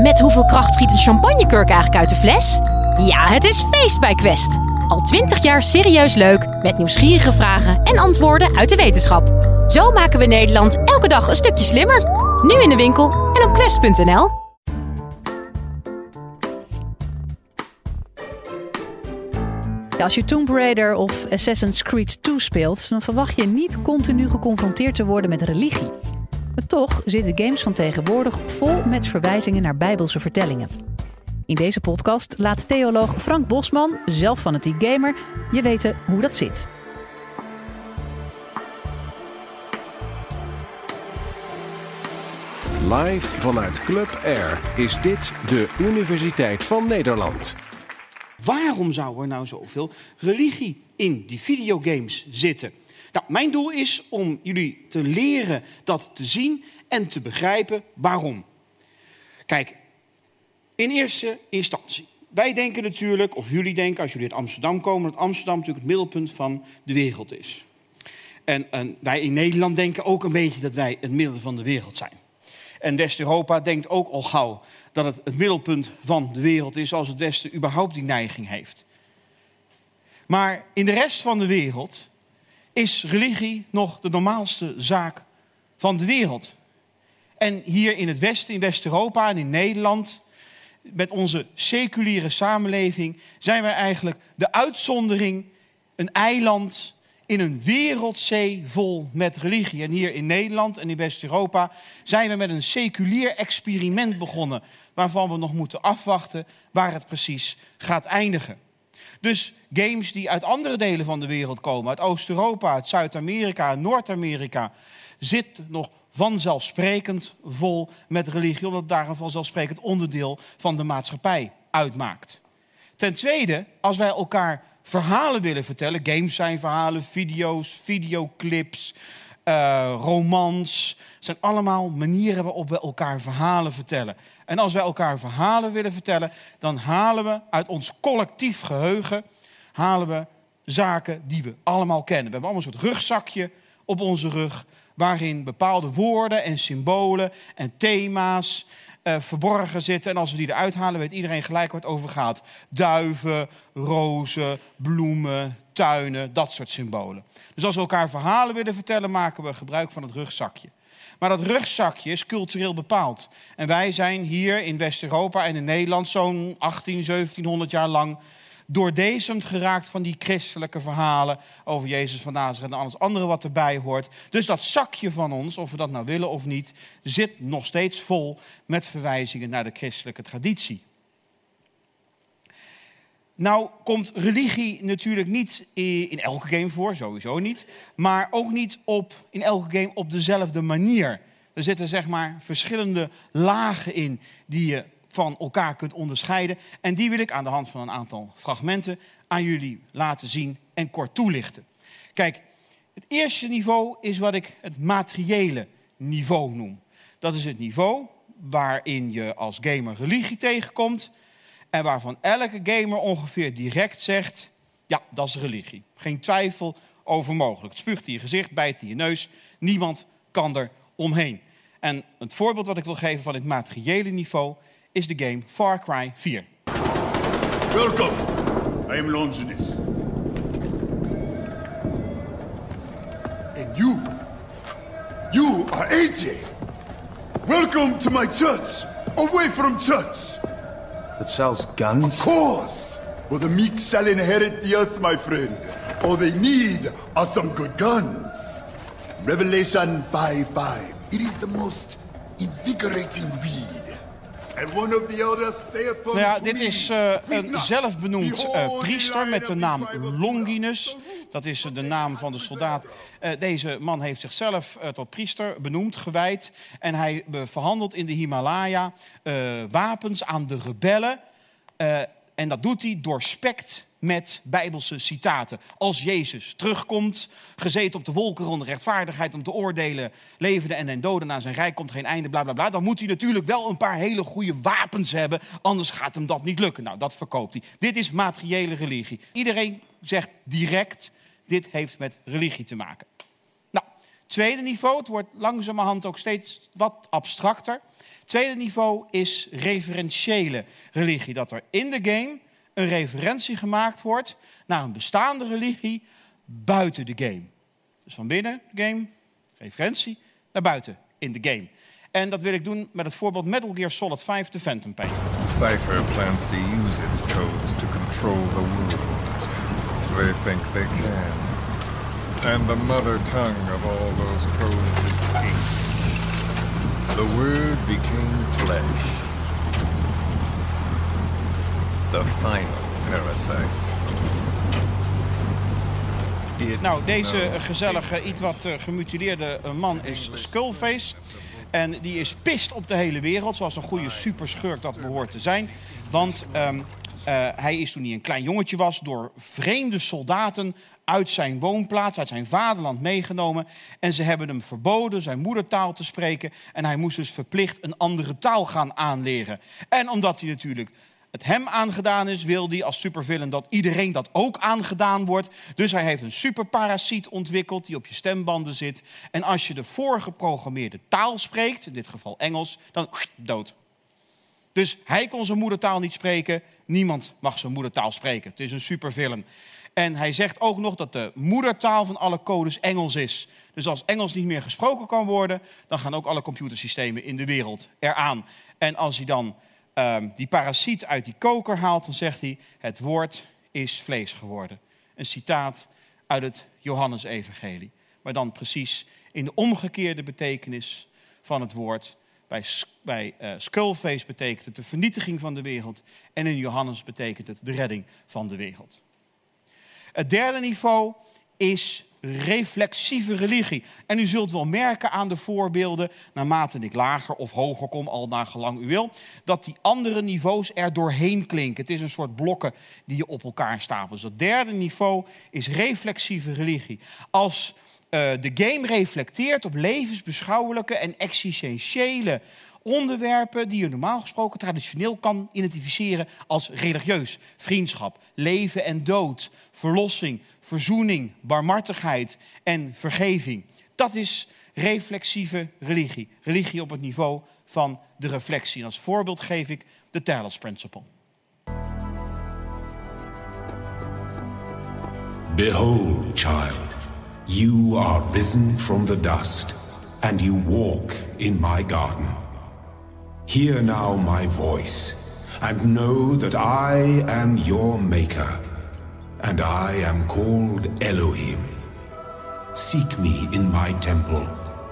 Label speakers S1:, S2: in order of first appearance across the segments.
S1: Met hoeveel kracht schiet een champagnekurk eigenlijk uit de fles? Ja, het is feest bij Quest. Al 20 jaar serieus leuk, met nieuwsgierige vragen en antwoorden uit de wetenschap. Zo maken we Nederland elke dag een stukje slimmer. Nu in de winkel en op quest.nl.
S2: Als je Tomb Raider of Assassin's Creed 2 speelt, dan verwacht je niet continu geconfronteerd te worden met religie. Maar toch zitten games van tegenwoordig vol met verwijzingen naar bijbelse vertellingen. In deze podcast laat theoloog Frank Bosman, zelf fanatiek gamer, je weten hoe dat zit.
S3: Live vanuit Club Air is dit de Universiteit van Nederland.
S4: Waarom zou er nou zoveel religie in die videogames zitten? Nou, mijn doel is om jullie te leren dat te zien en te begrijpen waarom. Kijk, in eerste instantie. Wij denken natuurlijk, of jullie denken als jullie uit Amsterdam komen, dat Amsterdam natuurlijk het middelpunt van de wereld is. En wij in Nederland denken ook een beetje dat wij het midden van de wereld zijn. En West-Europa denkt ook al gauw dat het het middelpunt van de wereld is, als het Westen überhaupt die neiging heeft. Maar in de rest van de wereld is religie nog de normaalste zaak van de wereld. En hier in het Westen, in West-Europa en in Nederland, met onze seculiere samenleving, zijn wij eigenlijk de uitzondering, een eiland in een wereldzee vol met religie. En hier in Nederland en in West-Europa zijn we met een seculier experiment begonnen, waarvan we nog moeten afwachten waar het precies gaat eindigen. Dus games die uit andere delen van de wereld komen, uit Oost-Europa, uit Zuid-Amerika, Noord-Amerika, zitten nog vanzelfsprekend vol met religie, omdat het daar een vanzelfsprekend onderdeel van de maatschappij uitmaakt. Ten tweede, als wij elkaar verhalen willen vertellen, games zijn verhalen, video's, videoclips, romans, zijn allemaal manieren waarop we elkaar verhalen vertellen. En als wij elkaar verhalen willen vertellen, dan halen we uit ons collectief geheugen zaken die we allemaal kennen. We hebben allemaal een soort rugzakje op onze rug, waarin bepaalde woorden en symbolen en thema's verborgen zitten. En als we die eruit halen, weet iedereen gelijk waar het over gaat. Duiven, rozen, bloemen, tuinen, dat soort symbolen. Dus als we elkaar verhalen willen vertellen, maken we gebruik van het rugzakje. Maar dat rugzakje is cultureel bepaald. En wij zijn hier in West-Europa en in Nederland zo'n 1700 jaar lang doordezemd geraakt van die christelijke verhalen over Jezus van Nazareth en alles andere wat erbij hoort. Dus dat zakje van ons, of we dat nou willen of niet, zit nog steeds vol met verwijzingen naar de christelijke traditie. Nou komt religie natuurlijk niet in elke game voor, sowieso niet. Maar ook niet in elke game op dezelfde manier. Er zitten zeg maar verschillende lagen in die je van elkaar kunt onderscheiden. En die wil ik aan de hand van een aantal fragmenten aan jullie laten zien en kort toelichten. Kijk, het eerste niveau is wat ik het materiële niveau noem. Dat is het niveau waarin je als gamer religie tegenkomt en waarvan elke gamer ongeveer direct zegt, ja, dat is religie. Geen twijfel over mogelijk. Het spuugt in je gezicht, bijt in je neus. Niemand kan er omheen. En het voorbeeld wat ik wil geven van het materiële niveau is de game Far Cry 4.
S5: Welcome. I am Longinus. And you are AJ. Welcome to my church. Away from church.
S6: That sells guns?
S5: Of course. Well, the meek shall inherit the earth, my friend. All they need are some good guns. Revelation 5:5. It is the most invigorating read. And one of the elders saith unto
S4: Nou ja,
S5: me,
S4: dit is een zelfbenoemd priester met de naam Longinus. Dat is de naam van de soldaat. Deze man heeft zichzelf tot priester benoemd, gewijd. En hij verhandelt in de Himalaya wapens aan de rebellen. En dat doet hij doorspekt met bijbelse citaten. Als Jezus terugkomt, gezeten op de wolken rond de rechtvaardigheid om te oordelen, levenden en doden, na zijn rijk komt geen einde, bla bla bla. Dan moet hij natuurlijk wel een paar hele goede wapens hebben, anders gaat hem dat niet lukken. Nou, dat verkoopt hij. Dit is materiële religie. Iedereen zegt direct, dit heeft met religie te maken. Nou, Tweede niveau, het wordt langzamerhand ook steeds wat abstracter. Tweede niveau is referentiële religie. Dat er in de game een referentie gemaakt wordt naar een bestaande religie buiten de game. Dus van binnen de game, referentie, naar buiten in de game. En dat wil ik doen met het voorbeeld Metal Gear Solid 5, The Phantom Pain.
S7: Cypher plans to use its codes to control the world. They think they can. And the mother tongue of all those codes is ink. The word became flesh. The final parasite.
S4: Nou, deze gezellige, iets wat gemutileerde man is Skullface. En die is pist op de hele wereld, zoals een goede superschurk dat behoort te zijn. Want hij is toen hij een klein jongetje was door vreemde soldaten uit zijn woonplaats, uit zijn vaderland meegenomen. En ze hebben hem verboden zijn moedertaal te spreken. En hij moest dus verplicht een andere taal gaan aanleren. En omdat hij natuurlijk het hem aangedaan is, wil hij als supervillain dat iedereen dat ook aangedaan wordt. Dus hij heeft een superparasiet ontwikkeld die op je stembanden zit. En als je de voorgeprogrammeerde taal spreekt, in dit geval Engels, dan dood. Dus hij kon zijn moedertaal niet spreken. Niemand mag zijn moedertaal spreken. Het is een supervillain. En hij zegt ook nog dat de moedertaal van alle codes Engels is. Dus als Engels niet meer gesproken kan worden, dan gaan ook alle computersystemen in de wereld eraan. En als hij dan die parasiet uit die koker haalt, dan zegt hij: het woord is vlees geworden. Een citaat uit het Johannesevangelie. Maar dan precies in de omgekeerde betekenis van het woord. Bij Skullface betekent het de vernietiging van de wereld. En in Johannes betekent het de redding van de wereld. Het derde niveau is reflexieve religie. En u zult wel merken aan de voorbeelden, naarmate ik lager of hoger kom, al naar gelang u wil, dat die andere niveaus er doorheen klinken. Het is een soort blokken die je op elkaar stapelt. Dus het derde niveau is reflexieve religie. Als de game reflecteert op levensbeschouwelijke en existentiële onderwerpen die je normaal gesproken traditioneel kan identificeren als religieus. Vriendschap, leven en dood, verlossing, verzoening, barmhartigheid en vergeving. Dat is reflexieve religie. Religie op het niveau van de reflectie. En als voorbeeld geef ik de Talos Principle.
S8: Behold, child, you are risen from the dust, and you walk in my garden. Hear now my voice, and know that I am your maker, and I am called Elohim. Seek me in my temple,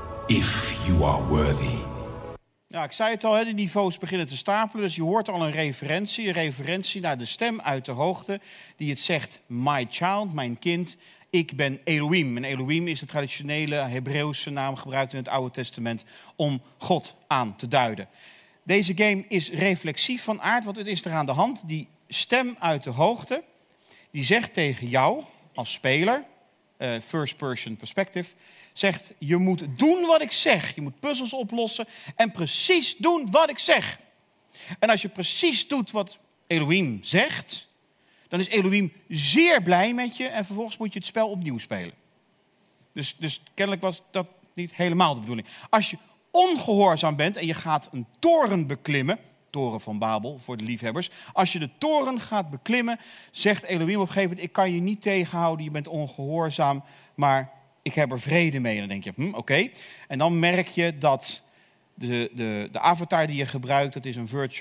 S8: if you are worthy.
S4: Nou, ik zei het al, de niveaus beginnen te stapelen, dus je hoort al een referentie naar de stem uit de hoogte, die het zegt: my child, mijn kind, ik ben Elohim. En Elohim is de traditionele Hebreeuwse naam gebruikt in het Oude Testament om God aan te duiden. Deze game is reflexief van aard, want het is er aan de hand. Die stem uit de hoogte, die zegt tegen jou als speler, first person perspective, zegt: je moet doen wat ik zeg. Je moet puzzels oplossen en precies doen wat ik zeg. En als je precies doet wat Elohim zegt, dan is Elohim zeer blij met je en vervolgens moet je het spel opnieuw spelen. Dus kennelijk was dat niet helemaal de bedoeling. Als je ongehoorzaam bent en je gaat een toren beklimmen, toren van Babel voor de liefhebbers. Als je de toren gaat beklimmen, zegt Elohim op een gegeven moment: ik kan je niet tegenhouden, je bent ongehoorzaam, maar ik heb er vrede mee. En dan denk je, oké. En dan merk je dat de avatar die je gebruikt, dat is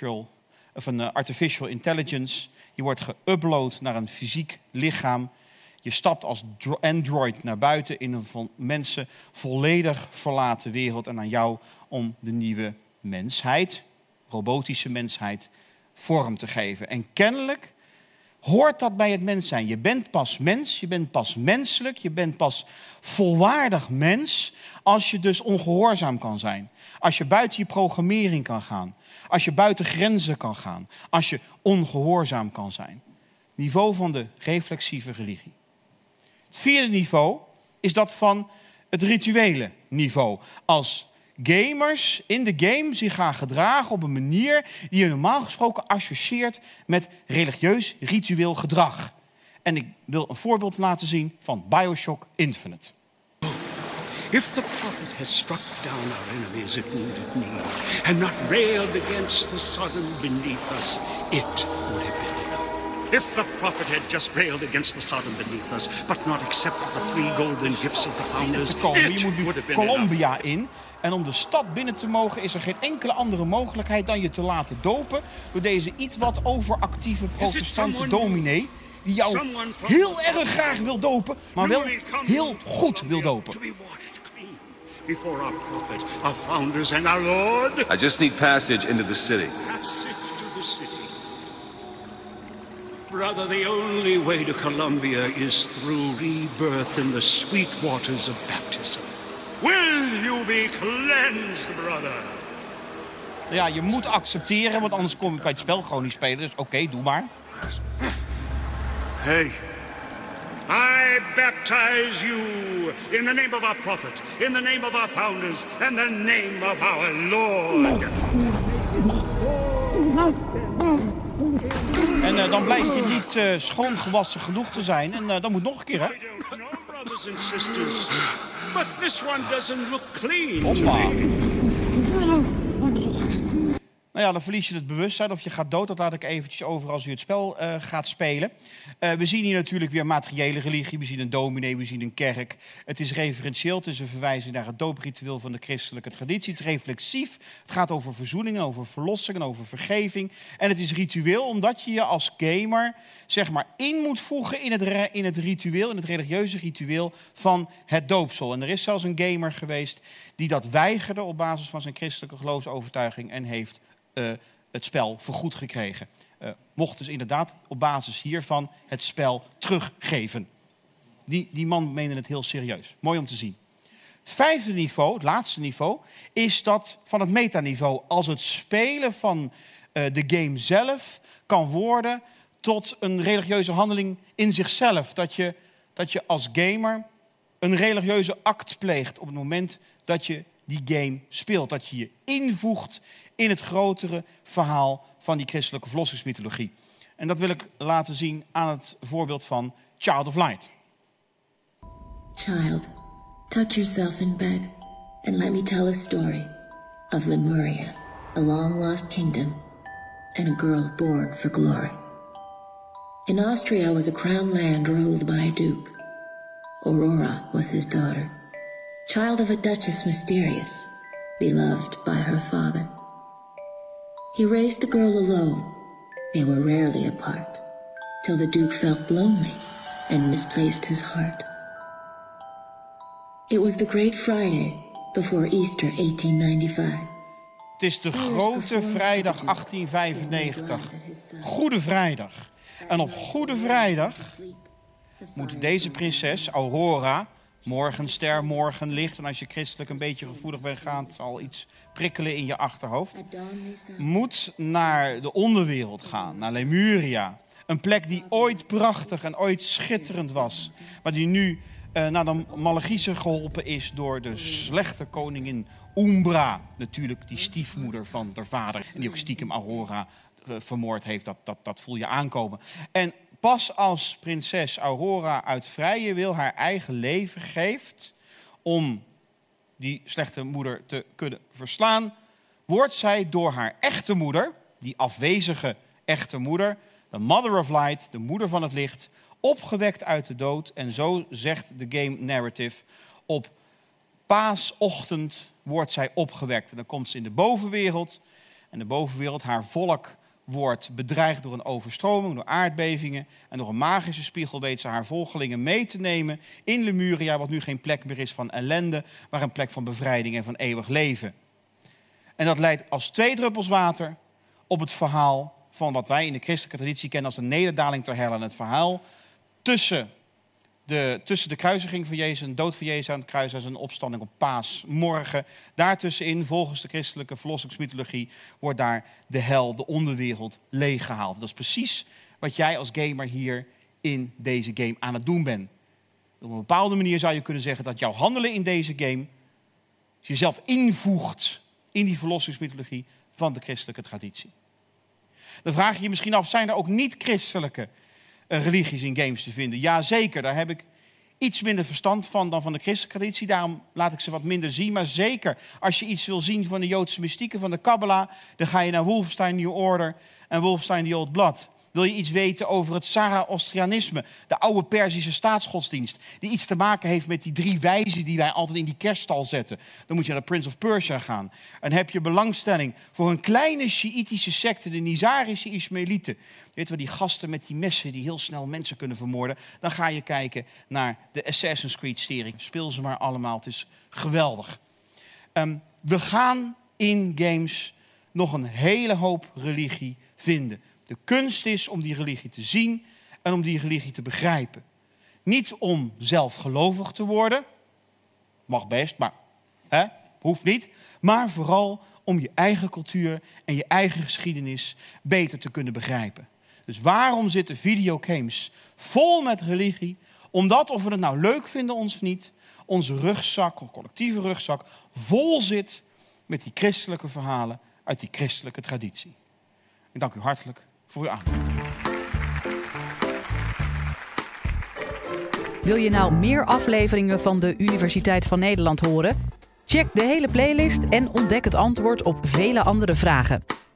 S4: een artificial intelligence. Die wordt geüpload naar een fysiek lichaam. Je stapt als android naar buiten in een van mensen volledig verlaten wereld. En aan jou om de nieuwe mensheid, robotische mensheid, vorm te geven. En kennelijk hoort dat bij het mens zijn. Je bent pas mens, je bent pas menselijk, je bent pas volwaardig mens als je dus ongehoorzaam kan zijn. Als je buiten je programmering kan gaan. Als je buiten grenzen kan gaan. Als je ongehoorzaam kan zijn. Niveau van de reflexieve religie. Het vierde niveau is dat van het rituele niveau. Als gamers in de game zich gaan gedragen op een manier die je normaal gesproken associeert met religieus ritueel gedrag. En ik wil een voorbeeld laten zien van BioShock Infinite.
S9: If the prophet had struck down our enemies at Wounded Knee and not railed against the Sodom beneath us, it would have been enough. If the prophet had just railed against the Sodom beneath us, but not accepted the 3 golden gifts of the founders,
S4: je moet nu
S9: would have been
S4: Colombia in. En om de stad binnen te mogen is er geen enkele andere mogelijkheid dan je te laten dopen door deze iets wat overactieve protestante dominee die jou heel erg graag wil dopen, maar wel heel goed wil dopen.
S9: Before our prophet, our founders and our Lord.
S10: I just need passage into the city.
S9: Passage to the city. Brother, the only way to Columbia is through rebirth in the sweet waters of baptism. Will you be cleansed, brother?
S4: Ja, je moet accepteren, want anders kan je het spel gewoon niet spelen. Dus oké, doe maar.
S9: Hey. I baptize you in the name of our prophet, in the name of our founders, and the name of our Lord.
S4: En dan blijkt je niet schoongewassen genoeg te zijn. En dan moet nog een keer, hè?
S9: I don't know, brothers and sisters, but this one doesn't look clean.
S4: Hoppa. Nou ja, dan verlies je het bewustzijn of je gaat dood. Dat laat ik eventjes over als u het spel gaat spelen. We zien hier natuurlijk weer materiële religie. We zien een dominee, we zien een kerk. Het is referentieel, het is een verwijzing naar het doopritueel van de christelijke traditie. Het is reflexief, het gaat over verzoening, over verlossing en over vergeving. En het is ritueel omdat je je als gamer zeg maar in moet voegen in het ritueel, in het religieuze ritueel van het doopsel. En er is zelfs een gamer geweest die dat weigerde op basis van zijn christelijke geloofsovertuiging en heeft het spel vergoed gekregen. Mocht dus inderdaad op basis hiervan het spel teruggeven. Die man meende het heel serieus. Mooi om te zien. Het 5e niveau, het laatste niveau, is dat van het metaniveau. Als het spelen van de game zelf kan worden tot een religieuze handeling in zichzelf. Dat je als gamer een religieuze act pleegt op het moment dat je die game speelt. Dat je je invoegt in het grotere verhaal van die christelijke verlossingsmythologie. En dat wil ik laten zien aan het voorbeeld van Child of Light.
S11: Child, tuck yourself in bed and let me tell a story of Lemuria, a long-lost kingdom, and a girl born for glory. In Austria was a crown land ruled by a duke. Aurora was his daughter, child of a duchess mysterious, beloved by her father. He raised the girl alone. They were rarely apart, till the Duke felt lonely and misplaced his heart. It was the Great Friday before Easter 1895.
S4: Het is de Grote Vrijdag 1895. Goede Vrijdag. En op Goede Vrijdag moet deze prinses, Aurora, morgenster, morgenlicht. En als je christelijk een beetje gevoelig bent, gaat al iets prikkelen in je achterhoofd. Moet naar de onderwereld gaan, naar Lemuria. Een plek die ooit prachtig en ooit schitterend was. Maar die nu naar de Malegische geholpen is door de slechte koningin Umbra. Natuurlijk die stiefmoeder van haar vader. En die ook stiekem Aurora vermoord heeft. Dat voel je aankomen. En pas als prinses Aurora uit vrije wil haar eigen leven geeft om die slechte moeder te kunnen verslaan, wordt zij door haar echte moeder, die afwezige echte moeder, de Mother of Light, de moeder van het licht, opgewekt uit de dood. En zo zegt de game narrative, op paasochtend wordt zij opgewekt. En dan komt ze in de bovenwereld. En de bovenwereld, haar volk, wordt bedreigd door een overstroming, door aardbevingen. En door een magische spiegel weet ze haar volgelingen mee te nemen in Lemuria, wat nu geen plek meer is van ellende, maar een plek van bevrijding en van eeuwig leven. En dat leidt als 2 druppels water op het verhaal van wat wij in de christelijke traditie kennen als de nederdaling ter hel. En het verhaal tussen de kruisiging van Jezus en de dood van Jezus aan het kruis en zijn opstanding op paasmorgen. Daartussenin, volgens de christelijke verlossingsmythologie, wordt daar de hel, de onderwereld, leeggehaald. Dat is precies wat jij als gamer hier in deze game aan het doen bent. Op een bepaalde manier zou je kunnen zeggen dat jouw handelen in deze game jezelf invoegt in die verlossingsmythologie van de christelijke traditie. Dan vraag je je misschien af, zijn er ook niet-christelijke religies in games te vinden? Jazeker, daar heb ik iets minder verstand van dan van de christelijke traditie. Daarom laat ik ze wat minder zien. Maar zeker als je iets wil zien van de Joodse mystieken, van de Kabbala, dan ga je naar Wolfenstein New Order en Wolfenstein The Old Blood. Wil je iets weten over het Zoroastrianisme, de oude Perzische staatsgodsdienst, die iets te maken heeft met die 3 wijzen die wij altijd in die kerststal zetten, dan moet je naar de Prince of Persia gaan. En heb je belangstelling voor een kleine Sjiïtische secte, de Nizarische Ismaëlieten. Weet je wel, die gasten met die messen die heel snel mensen kunnen vermoorden. Dan ga je kijken naar de Assassin's Creed-serie. Speel ze maar allemaal, het is geweldig. We gaan in games nog een hele hoop religie vinden. De kunst is om die religie te zien en om die religie te begrijpen. Niet om zelf gelovig te worden, mag best, maar hoeft niet. Maar vooral om je eigen cultuur en je eigen geschiedenis beter te kunnen begrijpen. Dus waarom zitten videogames vol met religie? Omdat, of we het nou leuk vinden of niet, onze rugzak, of collectieve rugzak, vol zit met die christelijke verhalen uit die christelijke traditie. Ik dank u hartelijk voor uw aandacht.
S2: Wil je nou meer afleveringen van de Universiteit van Nederland horen? Check de hele playlist en ontdek het antwoord op vele andere vragen.